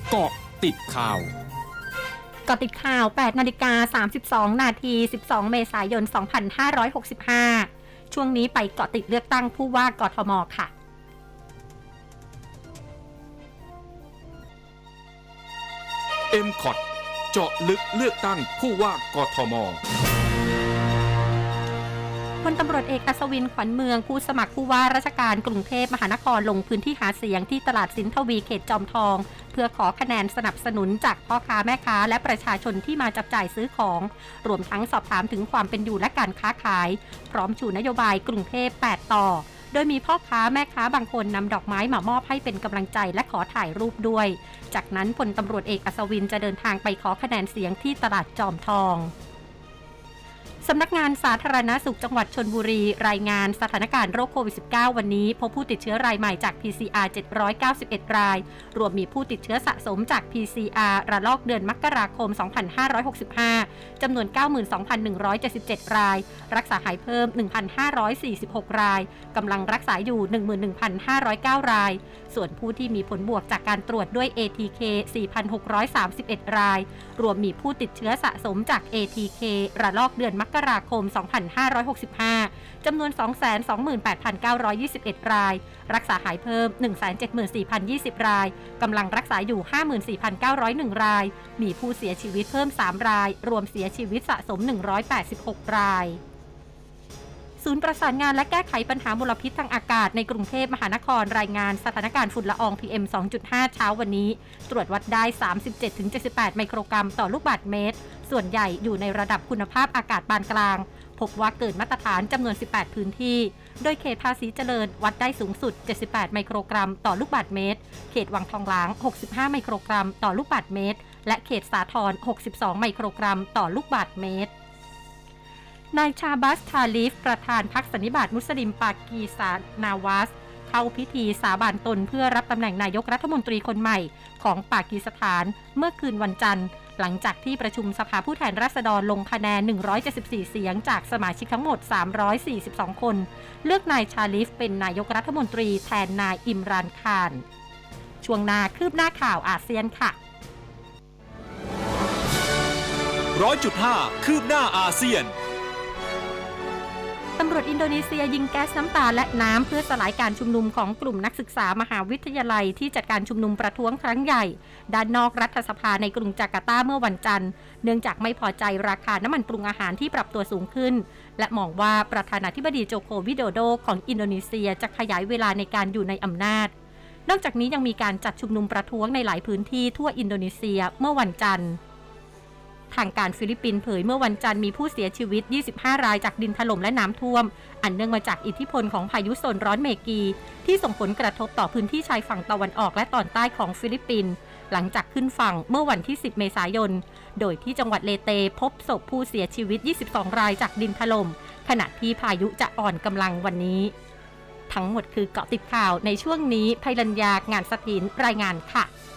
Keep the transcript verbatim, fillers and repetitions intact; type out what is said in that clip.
เกาะติดข่าวเกาะติดข่าว แปดนาฬิกาสามสิบสองนาที สิบสองเมษายนสองพันห้าร้อยหกสิบห้าช่วงนี้ไปเกาะติดเลือกตั้งผู้ว่ากทมค่ะเอ็ม คอท เจาะลึกเลือกตั้งผู้ว่ากทมพลตำรวจเอกอัศวินขวัญเมืองผู้สมัครผู้ว่าราชการกรุงเทพมหานครลงพื้นที่หาเสียงที่ตลาดสินทวีเขตจอมทองเพื่อขอคะแนนสนับสนุนจากพ่อค้าแม่ค้าและประชาชนที่มาจับจ่ายซื้อของรวมทั้งสอบถามถึงความเป็นอยู่และการค้าขายพร้อมชูนโยบายกรุงเทพแปดต่อโดยมีพ่อค้าแม่ค้าบางคนนำดอกไม้มามอบให้เป็นกำลังใจและขอถ่ายรูปด้วยจากนั้นพลตำรวจเอกอัศวินจะเดินทางไปขอคะแนนเสียงที่ตลาดจอมทองสำนักงานสาธารณสุขจังหวัดชลบุรีรายงานสถานการณ์โรคโควิด สิบเก้า วันนี้พบผู้ติดเชื้อรายใหม่จาก พี ซี อาร์ เจ็ดร้อยเก้าสิบเอ็ด รายรวมมีผู้ติดเชื้อสะสมจาก พี ซี อาร์ ระลอกเดือนมกราคม สองพันห้าร้อยหกสิบห้า จำนวน เก้าหมื่นสองพันหนึ่งร้อยเจ็ดสิบเจ็ด รายรักษาหายเพิ่ม หนึ่งพันห้าร้อยสี่สิบหก รายกำลังรักษาอยู่ หนึ่งหมื่นหนึ่งพันห้าร้อยเก้า รายส่วนผู้ที่มีผลบวกจากการตรวจด้วย เอ ที เค สี่พันหกร้อยสามสิบเอ็ด รายรวมมีผู้ติดเชื้อสะสมจาก เอ ที เค ระลอกเดือนมกราคม สองพันห้าร้อยหกสิบห้า จำนวน สองแสนสองหมื่นแปดพันเก้าร้อยยี่สิบเอ็ด รายรักษาหายเพิ่ม หนึ่งแสนเจ็ดหมื่นสี่พันยี่สิบ รายกำลังรักษาอยู่ ห้าหมื่นสี่พันเก้าร้อยเอ็ด รายมีผู้เสียชีวิตเพิ่มสามรายรวมเสียชีวิตสะสมหนึ่งร้อยแปดสิบหกรายศูนย์ประสานงานและแก้ไขปัญหามลพิษทางอากาศในกรุงเทพมหานครรายงานสถานการณ์ฝุ่นละออง พี เอ็ม สองจุดห้า เช้าวันนี้ตรวจวัดได้ สามสิบเจ็ดถึงเจ็ดสิบแปด ไมโครกรัมต่อลูกบาศก์เมตรส่วนใหญ่อยู่ในระดับคุณภาพอากาศปานกลางพบว่าเกินมาตรฐานจำนวนสิบแปดพื้นที่โดยเขตภาษีเจริญวัดได้สูงสุดเจ็ดสิบแปดไมโครกรัมต่อลูกบาศก์เมตรเขตวังทองหลางหกสิบห้าไมโครกรัมต่อลูกบาศก์เมตรและเขตสาทรหกสิบสองไมโครกรัมต่อลูกบาศก์เมตรนายชาบัสทาลิฟประธานพรรคสันนิบาตมุสลิมปากีสถานนาวาสเข้าพิธีสาบานตนเพื่อรับตำแหน่งนายกรัฐมนตรีคนใหม่ของปากีสถานเมื่อคืนวันจันทร์หลังจากที่ประชุมสภาผู้แทนราษฎรลงคะแนนหนึ่งร้อยเจ็ดสิบสี่เสียงจากสมาชิกทั้งหมดสามร้อยสี่สิบสองคนเลือกนายชาลิฟเป็นนายกรัฐมนตรีแทนนายอิมรานคานช่วงหน้าคืบหน้าข่าวอาเซียนค่ะร้อยจุดห้า คืบหน้าอาเซียนตำรวจอินโดนีเซียยิงแก๊สน้ำตาและน้ำเพื่อสลายการชุมนุมของกลุ่มนักศึกษามหาวิทยาลัยที่จัดการชุมนุมประท้วงครั้งใหญ่ด้านนอกรัฐสภาในกรุงจาการ์ตาเมื่อวันจันทร์เนื่องจากไม่พอใจราคาน้ำมันปรุงอาหารที่ปรับตัวสูงขึ้นและมองว่าประธานาธิบดีโจโควิโดโดของอินโดนีเซียจะขยายเวลาในการอยู่ในอำนาจนอกจากนี้ยังมีการจัดชุมนุมประท้วงในหลายพื้นที่ทั่วอินโดนีเซียเมื่อวันจันทร์ทางการฟิลิปปินส์เผยเมื่อวันจันทร์มีผู้เสียชีวิตยี่สิบห้ารายจากดินถล่มและน้ำท่วมอันเนื่องมาจากอิทธิพลของพายุโซนร้อนเมกีที่ส่งผลกระทบต่อพื้นที่ชายฝั่งตะวันออกและตอนใต้ของฟิลิปปินส์หลังจากขึ้นฝั่งเมื่อวันที่สิบเมษายนโดยที่จังหวัดเลเตพบศพผู้เสียชีวิตยี่สิบสองรายจากดินถล่มขณะที่พายุจะอ่อนกำลังวันนี้ทั้งหมดคือเกาะติดข่าวในช่วงนี้ภัยรัญญางานสถินรายงานค่ะ